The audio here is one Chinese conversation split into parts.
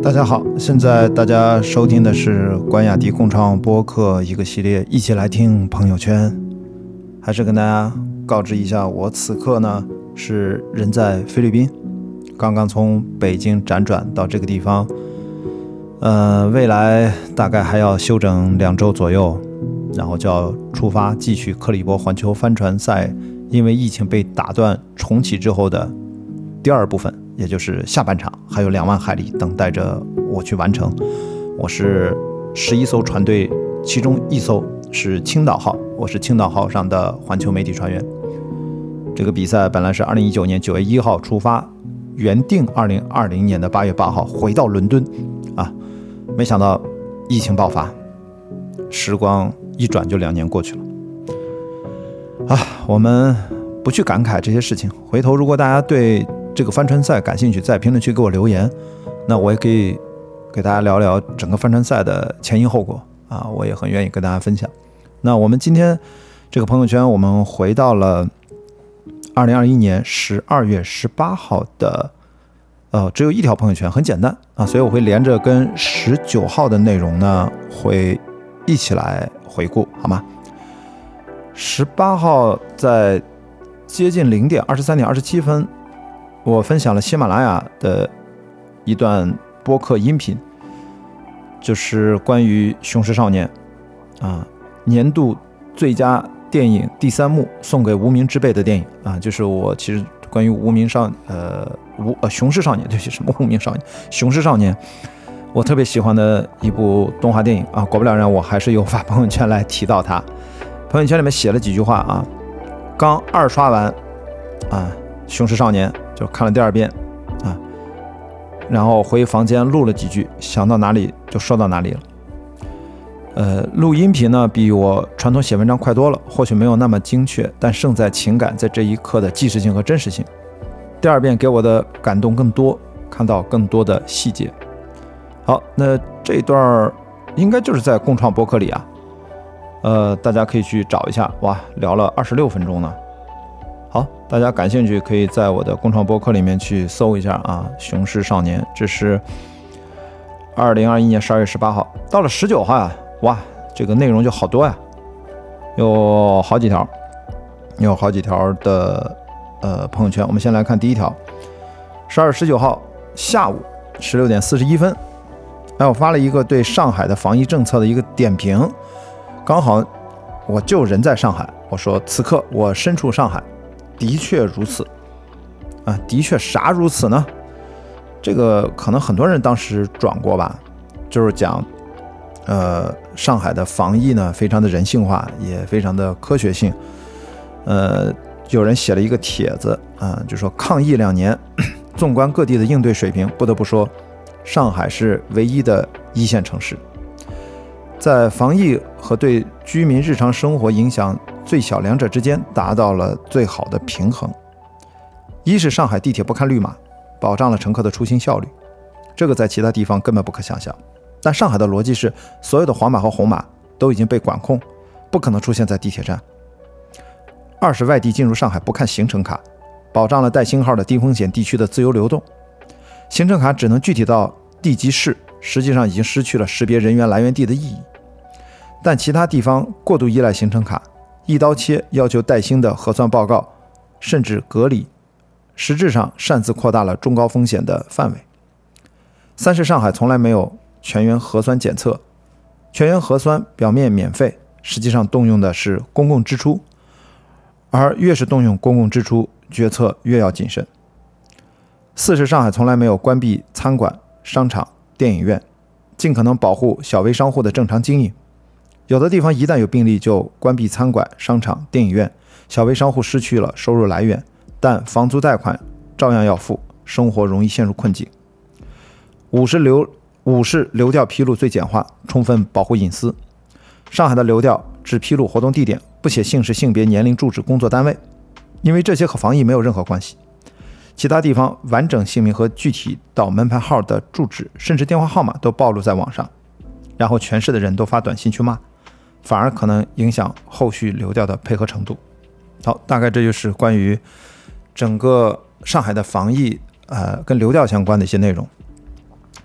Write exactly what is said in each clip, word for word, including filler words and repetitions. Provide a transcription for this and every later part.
大家好，现在大家收听的是关雅迪共创播客一个系列，一起来听朋友圈。还是跟大家告知一下，我此刻呢是人在菲律宾，刚刚从北京辗转到这个地方，呃，未来大概还要休整两周左右，然后就要出发继续克里伯环球帆船赛因为疫情被打断重启之后的第二部分，也就是下半场，还有两万海里等待着我去完成。我是十一艘船队其中一艘是青岛号，我是青岛号上的环球媒体船员。这个比赛本来是二零一九年九月一号出发，原定二零二零年的八月八号回到伦敦啊，没想到疫情爆发，时光一转就两年过去了啊。我们不去感慨这些事情，回头如果大家对这个帆船赛感兴趣，在评论区给我留言，那我也可以给大家聊聊整个帆船赛的前因后果啊，我也很愿意跟大家分享。那我们今天这个朋友圈，我们回到了二零二一年十二月十八号的，呃，只有一条朋友圈，很简单啊，所以我会连着跟十九号的内容呢，会一起来回顾，好吗？十八号在接近零点二十三点二十七分。我分享了喜马拉雅的一段播客音频，就是关于《雄狮少年》啊，年度最佳电影第三幕送给无名之辈的电影啊，就是我其实关于无名少呃无呃雄狮少年，对不起，什么无名少年，雄狮少年，我特别喜欢的一部动画电影啊，果不了然我还是有发朋友圈来提到它，朋友圈里面写了几句话啊，刚二刷完啊，雄狮少年。就看了第二遍啊，然后回房间录了几句，想到哪里就说到哪里了。呃，录音频呢比我传统写文章快多了，或许没有那么精确，但胜在情感在这一刻的即时性和真实性。第二遍给我的感动更多，看到更多的细节。好，那这一段应该就是在共创播客里啊，呃，大家可以去找一下，哇，聊了二十六分钟呢。好，大家感兴趣可以在我的共创播客里面去搜一下啊，雄狮少年，这是二零二一年十二月十八号。到了十九号啊，哇，这个内容就好多呀，有好几条，有好几条的呃朋友圈。我们先来看第一条，十二月十九号下午十六点四十一分，哎，我发了一个对上海的防疫政策的一个点评，刚好我就人在上海，我说此刻我身处上海。的确如此啊，的确啥如此呢？这个可能很多人当时转过吧，就是讲，呃，上海的防疫呢非常的人性化，也非常的科学性。呃，有人写了一个帖子啊，就说抗疫两年，纵观各地的应对水平，不得不说，上海是唯一的一线城市，在防疫和对居民日常生活影响最小两者之间达到了最好的平衡。一是上海地铁不看绿码，保障了乘客的出行效率，这个在其他地方根本不可想象。但上海的逻辑是，所有的黄码和红码都已经被管控，不可能出现在地铁站。二是外地进入上海不看行程卡，保障了带星号的低风险地区的自由流动。行程卡只能具体到地级市，实际上已经失去了识别人员来源地的意义。但其他地方过度依赖行程卡，一刀切要求带星的核酸报告，甚至隔离，实质上擅自扩大了中高风险的范围。三是上海从来没有全员核酸检测，全员核酸表面免费，实际上动用的是公共支出，而越是动用公共支出，决策越要谨慎。四是上海从来没有关闭餐馆、商场、电影院，尽可能保护小微商户的正常经营。有的地方一旦有病例就关闭餐馆、商场、电影院，小微商户失去了收入来源，但房租贷款照样要付，生活容易陷入困境。五是流五是流调披露最简化，充分保护隐私。上海的流调只披露活动地点，不写姓氏、性别、年龄、住址、工作单位，因为这些和防疫没有任何关系。其他地方完整姓名和具体到门牌号的住址，甚至电话号码都暴露在网上，然后全市的人都发短信去骂，反而可能影响后续流调的配合程度。好，大概这就是关于整个上海的防疫呃跟流调相关的一些内容。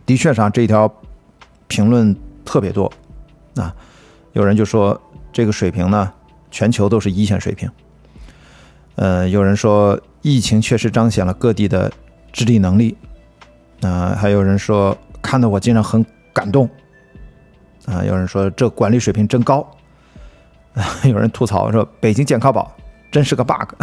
的确上这一条评论特别多啊，有人就说这个水平呢，全球都是一线水平。呃，有人说疫情确实彰显了各地的治理能力，啊、呃，还有人说看得我竟然很感动，啊、呃，有人说这管理水平真高，呃、有人吐槽说北京健康宝真是个 bug，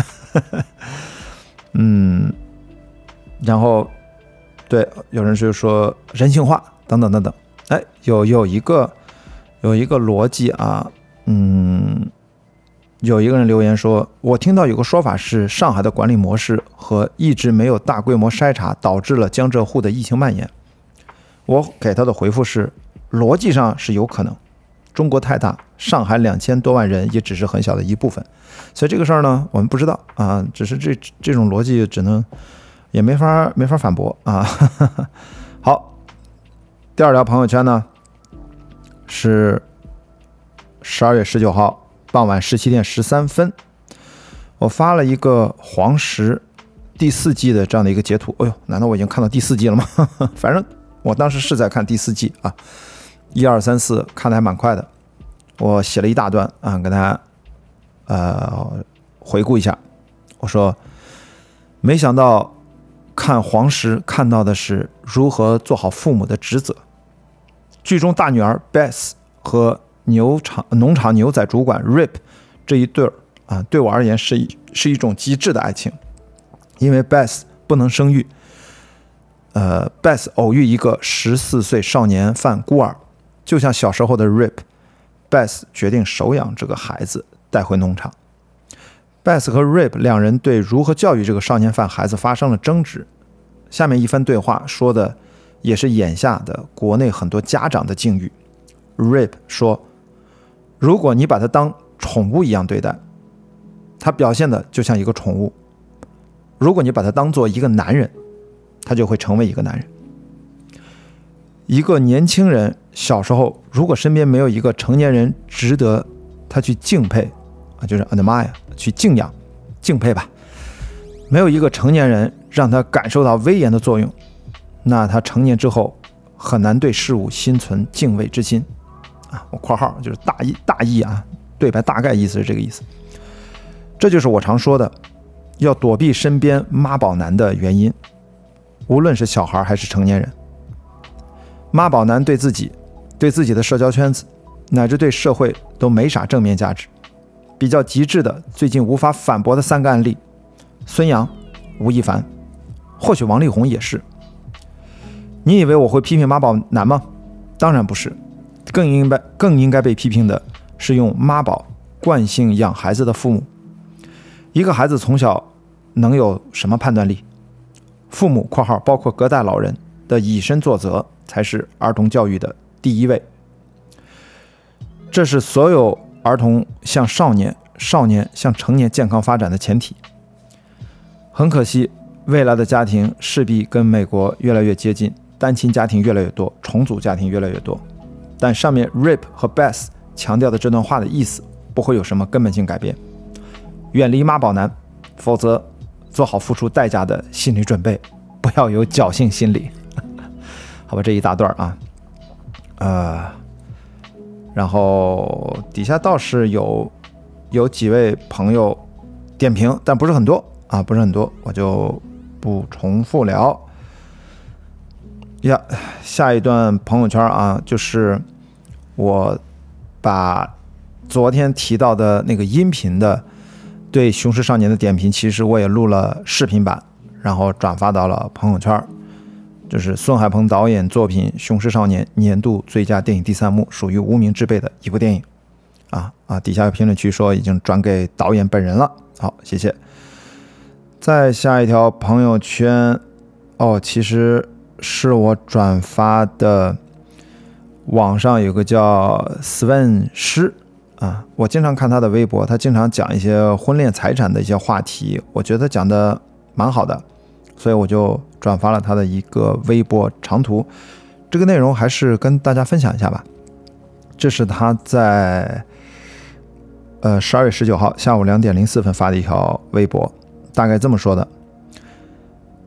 嗯，然后对，有人就说人性化等等等等，哎，有有一个有一个逻辑啊，嗯。有一个人留言说，我听到有个说法是上海的管理模式和一直没有大规模筛查导致了江浙沪的疫情蔓延。我给他的回复是，逻辑上是有可能，中国太大，上海两千多万人也只是很小的一部分，所以这个事儿呢我们不知道啊，只是这这种逻辑只能也没法没法反驳啊。好，第二条朋友圈呢是十二月十九号傍晚十七点十三分，我发了一个黄石第四季的这样的一个截图。哎呦，难道我已经看到第四季了吗？反正我当时是在看第四季啊，一二三四看的还蛮快的。我写了一大段啊，跟大家呃回顾一下。我说，没想到看黄石看到的是如何做好父母的职责。剧中大女儿 Beth 和牛场农场牛仔主管 Rip 这一对儿啊，对我而言是一是一种极致的爱情，因为 Beth 不能生育，呃 ，Beth 偶遇一个十四岁少年犯孤儿，就像小时候的 Rip，Beth 决定收养这个孩子带回农场。Beth 和 Rip 两人对如何教育这个少年犯孩子发生了争执。下面一番对话说的也是眼下的国内很多家长的境遇。Rip 说，如果你把他当宠物一样对待，他表现的就像一个宠物；如果你把他当做一个男人，他就会成为一个男人。一个年轻人小时候如果身边没有一个成年人值得他去敬佩啊，就是 admire 去敬仰敬佩吧，没有一个成年人让他感受到威严的作用，那他成年之后很难对事物心存敬畏之心啊，我括号就是大意大意啊，对白大概意思是这个意思。这就是我常说的，要躲避身边妈宝男的原因，无论是小孩还是成年人。妈宝男对自己、对自己的社交圈子，乃至对社会都没啥正面价值。比较极致的，最近无法反驳的三个案例：孙杨、吴亦凡，或许王力宏也是。你以为我会批评妈宝男吗？当然不是。更应该更应该被批评的是用妈宝惯性养孩子的父母。一个孩子从小能有什么判断力？父母（括号包括隔代老人）的以身作则才是儿童教育的第一位。这是所有儿童向少年、少年向成年健康发展的前提。很可惜，未来的家庭势必跟美国越来越接近，单亲家庭越来越多，重组家庭越来越多。但上面 Rip 和 Beth 强调的这段话的意思不会有什么根本性改变。远离妈宝男，否则做好付出代价的心理准备，不要有侥幸心理。好吧，这一大段啊，呃，然后底下倒是有有几位朋友点评，但不是很多啊，不是很多，我就不重复了。呀，下一段朋友圈啊，就是我把昨天提到的那个音频的对《雄狮少年》的点评，其实我也录了视频版，然后转发到了朋友圈。就是孙海鹏导演作品《雄狮少年》年度最佳电影第三幕，属于无名之辈的一部电影。啊啊！底下有评论区说已经转给导演本人了，好，谢谢。再下一条朋友圈，哦，其实是我转发的，网上有个叫 Sven 师啊，我经常看他的微博，他经常讲一些婚恋财产的一些话题，我觉得讲的蛮好的，所以我就转发了他的一个微博长图，这个内容还是跟大家分享一下吧。这是他在呃十二月十九号下午两点零四分发的一条微博，大概这么说的：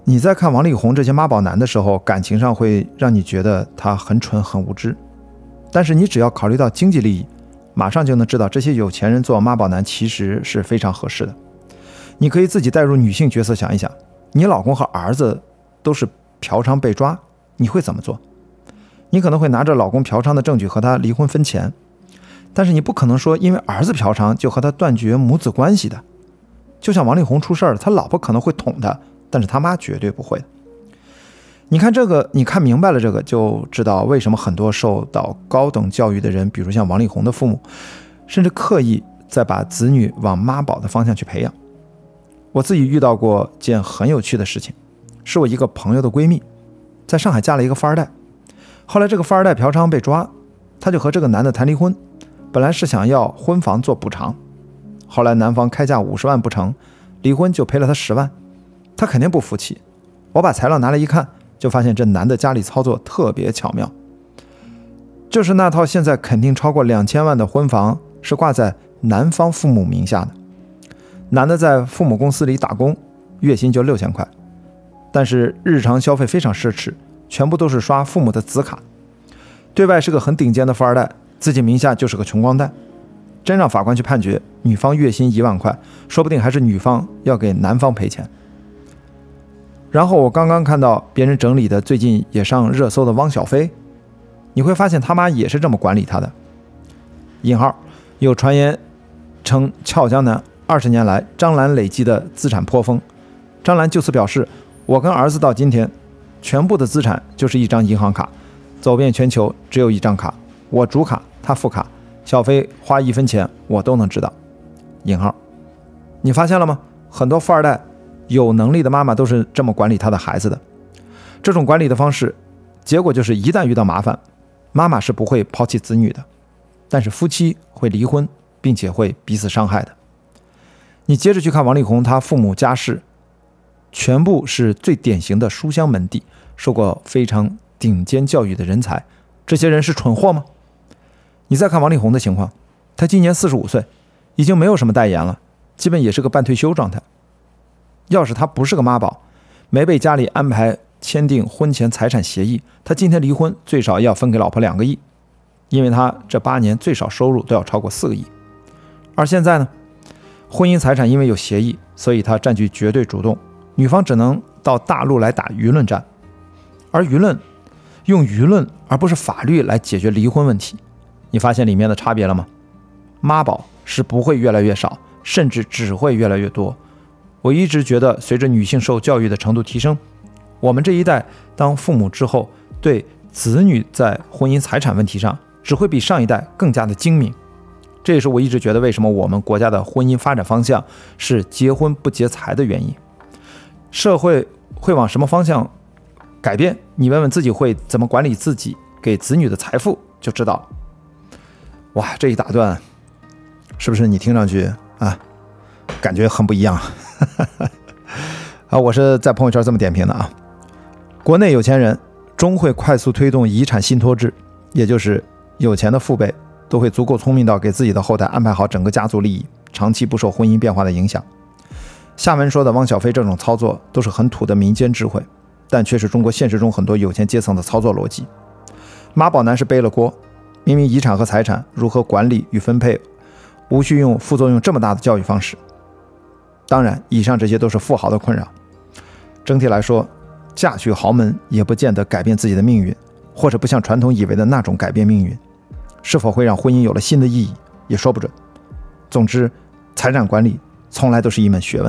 你在看王力宏这些妈宝男的时候，感情上会让你觉得他很蠢很无知，但是你只要考虑到经济利益，马上就能知道这些有钱人做妈宝男其实是非常合适的。你可以自己带入女性角色想一想，你老公和儿子都是嫖娼被抓，你会怎么做？你可能会拿着老公嫖娼的证据和他离婚分钱，但是你不可能说因为儿子嫖娼就和他断绝母子关系的。就像王力宏出事了，他老婆可能会捅他，但是他妈绝对不会的。你看这个，你看明白了这个，就知道为什么很多受到高等教育的人，比如像王力宏的父母，甚至刻意在把子女往妈宝的方向去培养。我自己遇到过件很有趣的事情，是我一个朋友的闺蜜在上海嫁了一个富二代，后来这个富二代嫖娼被抓，她就和这个男的谈离婚，本来是想要婚房做补偿，后来男方开价五十万不成，离婚就赔了他十万，他肯定不服气。我把材料拿来一看，就发现这男的家里操作特别巧妙，就是那套现在肯定超过两千万的婚房是挂在男方父母名下的，男的在父母公司里打工，月薪就六千块，但是日常消费非常奢侈，全部都是刷父母的子卡，对外是个很顶尖的富二代，自己名下就是个穷光蛋。真让法官去判决，女方月薪一万块，说不定还是女方要给男方赔钱。然后我刚刚看到别人整理的最近也上热搜的汪小菲，你会发现他妈也是这么管理他的。引号有传言称俏江南二十年来张兰累积的资产颇丰，张兰就此表示，我跟儿子到今天全部的资产就是一张银行卡，走遍全球只有一张卡，我主卡他副卡，小飞花一分钱我都能知道。引号，你发现了吗？很多富二代有能力的妈妈都是这么管理他的孩子的。这种管理的方式，结果就是一旦遇到麻烦，妈妈是不会抛弃子女的，但是夫妻会离婚，并且会彼此伤害的。你接着去看王力宏，他父母家世全部是最典型的书香门第，受过非常顶尖教育的人才，这些人是蠢货吗？你再看王力宏的情况，他今年四十五岁，已经没有什么代言了，基本也是个半退休状态。要是他不是个妈宝，没被家里安排签订婚前财产协议，他今天离婚最少要分给老婆两个亿，因为他这八年最少收入都要超过四个亿。而现在呢，婚姻财产因为有协议，所以他占据绝对主动，女方只能到大陆来打舆论战，而舆论用舆论而不是法律来解决离婚问题。你发现里面的差别了吗？妈宝是不会越来越少，甚至只会越来越多。我一直觉得，随着女性受教育的程度提升，我们这一代当父母之后，对子女在婚姻财产问题上只会比上一代更加的精明。这也是我一直觉得为什么我们国家的婚姻发展方向是结婚不结财的原因。社会会往什么方向改变，你问问自己会怎么管理自己给子女的财富就知道了。哇，这一大段是不是你听上去啊感觉很不一样啊？我是在朋友圈这么点评的啊。国内有钱人终会快速推动遗产信托制，也就是有钱的父辈都会足够聪明到给自己的后代安排好整个家族利益，长期不受婚姻变化的影响。下文说的汪小菲这种操作都是很土的民间智慧，但却是中国现实中很多有钱阶层的操作逻辑。妈宝男是背了锅，明明遗产和财产如何管理与分配，无需用副作用这么大的教育方式。当然，以上这些都是富豪的困扰。整体来说，嫁娶豪门也不见得改变自己的命运，或者不像传统以为的那种改变命运。是否会让婚姻有了新的意义，也说不准。总之，财产管理从来都是一门学问。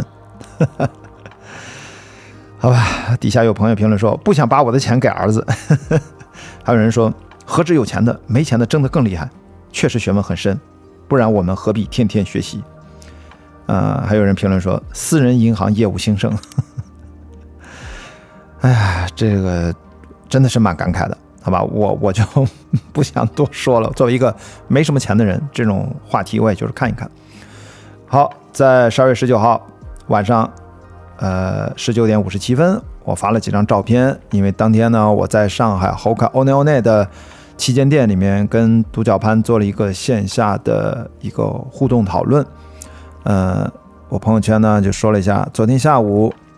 好吧，底下有朋友评论说，不想把我的钱给儿子。还有人说，何止有钱的，没钱的挣得更厉害。确实学问很深，不然我们何必天天学习。呃，还有人评论说，私人银行业务兴盛。哎呀，这个真的是蛮感慨的，好吧，我我就不想多说了。作为一个没什么钱的人，这种话题我也就是看一看。好，在十二月十九号晚上，呃，十九点五十七分，我发了几张照片，因为当天呢，我在上海猴卡欧内欧内的旗舰店里面跟独角潘做了一个线下的一个互动讨论。呃，我朋友圈呢就说了一下，昨天下午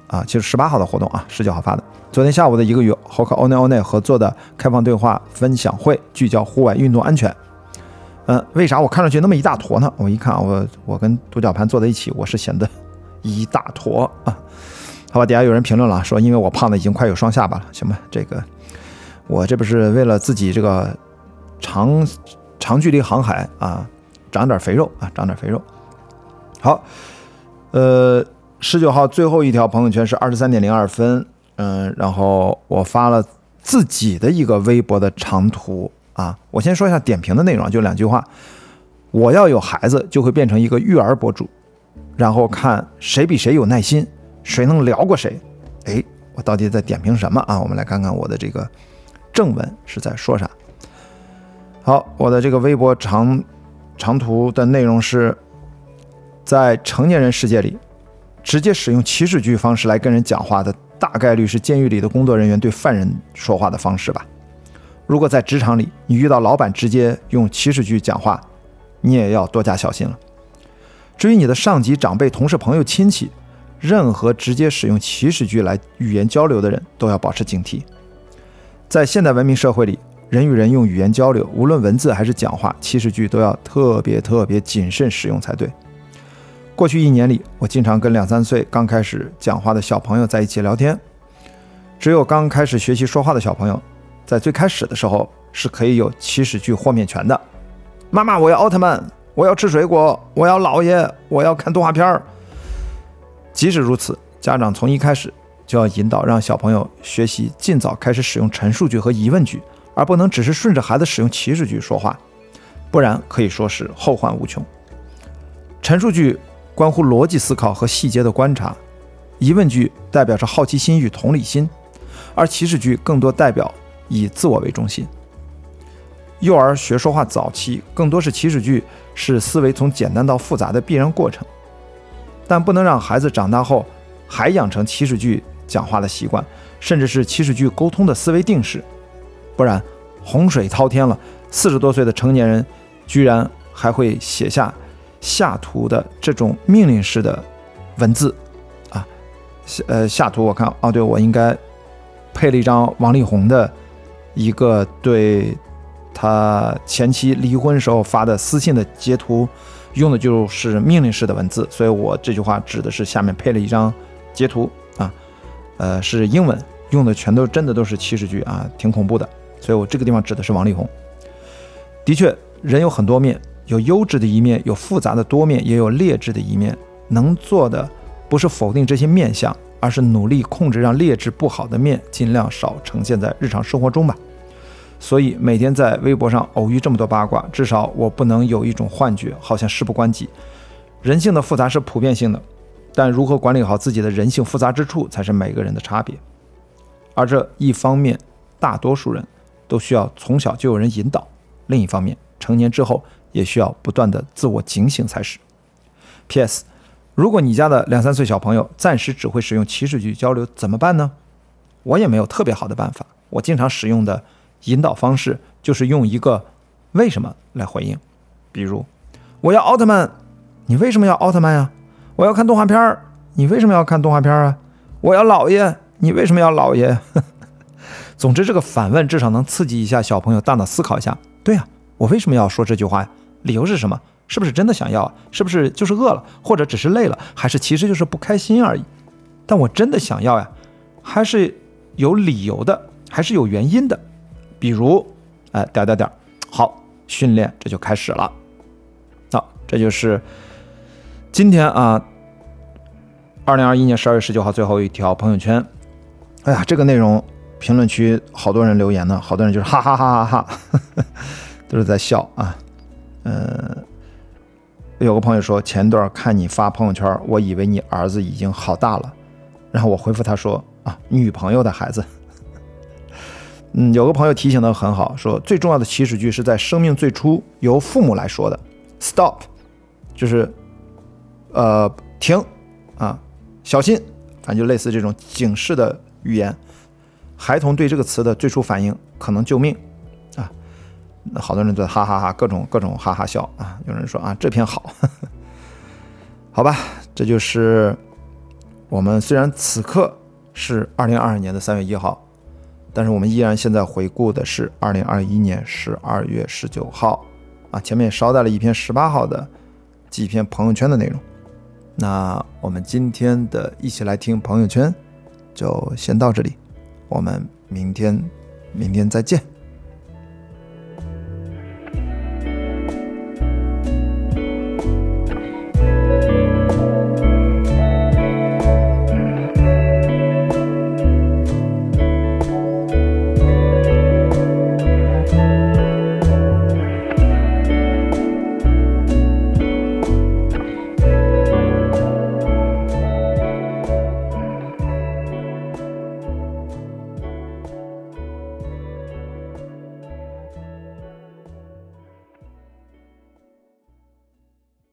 啊，其实十八号的活动啊，十九号发的。昨天下午的一个与 Hoka One One 合作的开放对话分享会，聚焦户外运动安全。嗯，为啥我看上去那么一大坨呢？我一看，我我跟独角盘坐在一起，我是显得一大坨啊。好吧，底下有人评论了，说因为我胖的已经快有双下巴了，行吧？这个我这不是为了自己这个长长距离航海啊，长点肥肉啊，长点肥肉。好，呃。十九号最后一条朋友圈是二十三点零二分，嗯，然后我发了自己的一个微博的长图啊。我先说一下点评的内容，就两句话：我要有孩子，就会变成一个育儿博主，然后看谁比谁有耐心，谁能聊过谁。哎，我到底在点评什么啊？我们来看看我的这个正文是在说啥。好，我的这个微博长长图的内容是在成年人世界里。直接使用祈使句方式来跟人讲话的，大概率是监狱里的工作人员对犯人说话的方式吧。如果在职场里，你遇到老板直接用祈使句讲话，你也要多加小心了。至于你的上级、长辈、同事、朋友、亲戚，任何直接使用祈使句来语言交流的人，都要保持警惕。在现代文明社会里，人与人用语言交流，无论文字还是讲话，祈使句都要特别特别谨慎使用才对。过去一年里，我经常跟两三岁刚开始讲话的小朋友在一起聊天。只有刚开始学习说话的小朋友，在最开始的时候是可以有祈使句豁免权的。妈妈，我要奥特曼，我要吃水果，我要姥爷，我要看动画片。即使如此，家长从一开始就要引导让小朋友学习尽早开始使用陈述句和疑问句，而不能只是顺着孩子使用祈使句说话，不然可以说是后患无穷。陈述句关乎逻辑思考和细节的观察，疑问句代表着好奇心与同理心，而祈使句更多代表以自我为中心。幼儿学说话早期更多是祈使句，是思维从简单到复杂的必然过程，但不能让孩子长大后还养成祈使句讲话的习惯，甚至是祈使句沟通的思维定式，不然洪水滔天了，四十多岁的成年人居然还会写下下图的这种命令式的文字啊，呃，下图我看哦，对，我应该配了一张王力宏的一个对他前妻离婚时候发的私信的截图，用的就是命令式的文字，所以我这句话指的是下面配了一张截图啊，呃，是英文，用的全都真的都是祈使句啊，挺恐怖的，所以我这个地方指的是王力宏。的确，人有很多面。有优质的一面，有复杂的多面，也有劣质的一面。能做的不是否定这些面相，而是努力控制让劣质不好的面尽量少呈现在日常生活中吧。所以每天在微博上偶遇这么多八卦，至少我不能有一种幻觉，好像事不关己。人性的复杂是普遍性的，但如何管理好自己的人性复杂之处，才是每个人的差别。而这一方面，大多数人都需要从小就有人引导；另一方面，成年之后也需要不断的自我警醒才是。P S 如果你家的两三岁小朋友暂时只会使用祈使句交流怎么办呢？我也没有特别好的办法，我经常使用的引导方式就是用一个为什么来回应。比如，我要奥特曼，你为什么要奥特曼呀？我要看动画片，你为什么要看动画片啊？我要姥爷，你为什么要姥爷？总之，这个反问至少能刺激一下小朋友大脑思考一下，对呀、啊，我为什么要说这句话呀？理由是什么？是不是真的想要啊？是不是就是饿了，或者只是累了，还是其实就是不开心而已？但我真的想要呀，还是有理由的，还是有原因的。比如，哎，点点点，好，训练这就开始了。好，这就是今天啊，二零二一年十二月十九号最后一条朋友圈。哎呀，这个内容评论区好多人留言呢，好多人就是哈哈哈哈哈，呵呵都是在笑啊。呃，有个朋友说，前段看你发朋友圈，我以为你儿子已经好大了，然后我回复他说啊，女朋友的孩子。嗯，有个朋友提醒的很好，说最重要的祈使句是在生命最初由父母来说的 ，stop， 就是呃停啊，小心，反正就类似这种警示的语言。孩童对这个词的最初反应可能救命啊，那好多人在哈哈哈，各种各种哈哈笑啊。有人说啊，这篇好，呵呵好吧，这就是我们虽然此刻是二零二二年的三月一号，但是我们依然现在回顾的是二零二一年十二月十九号啊，前面也捎带了一篇十八号的几篇朋友圈的内容。那我们今天的一起来听朋友圈就先到这里，我们明天明天再见。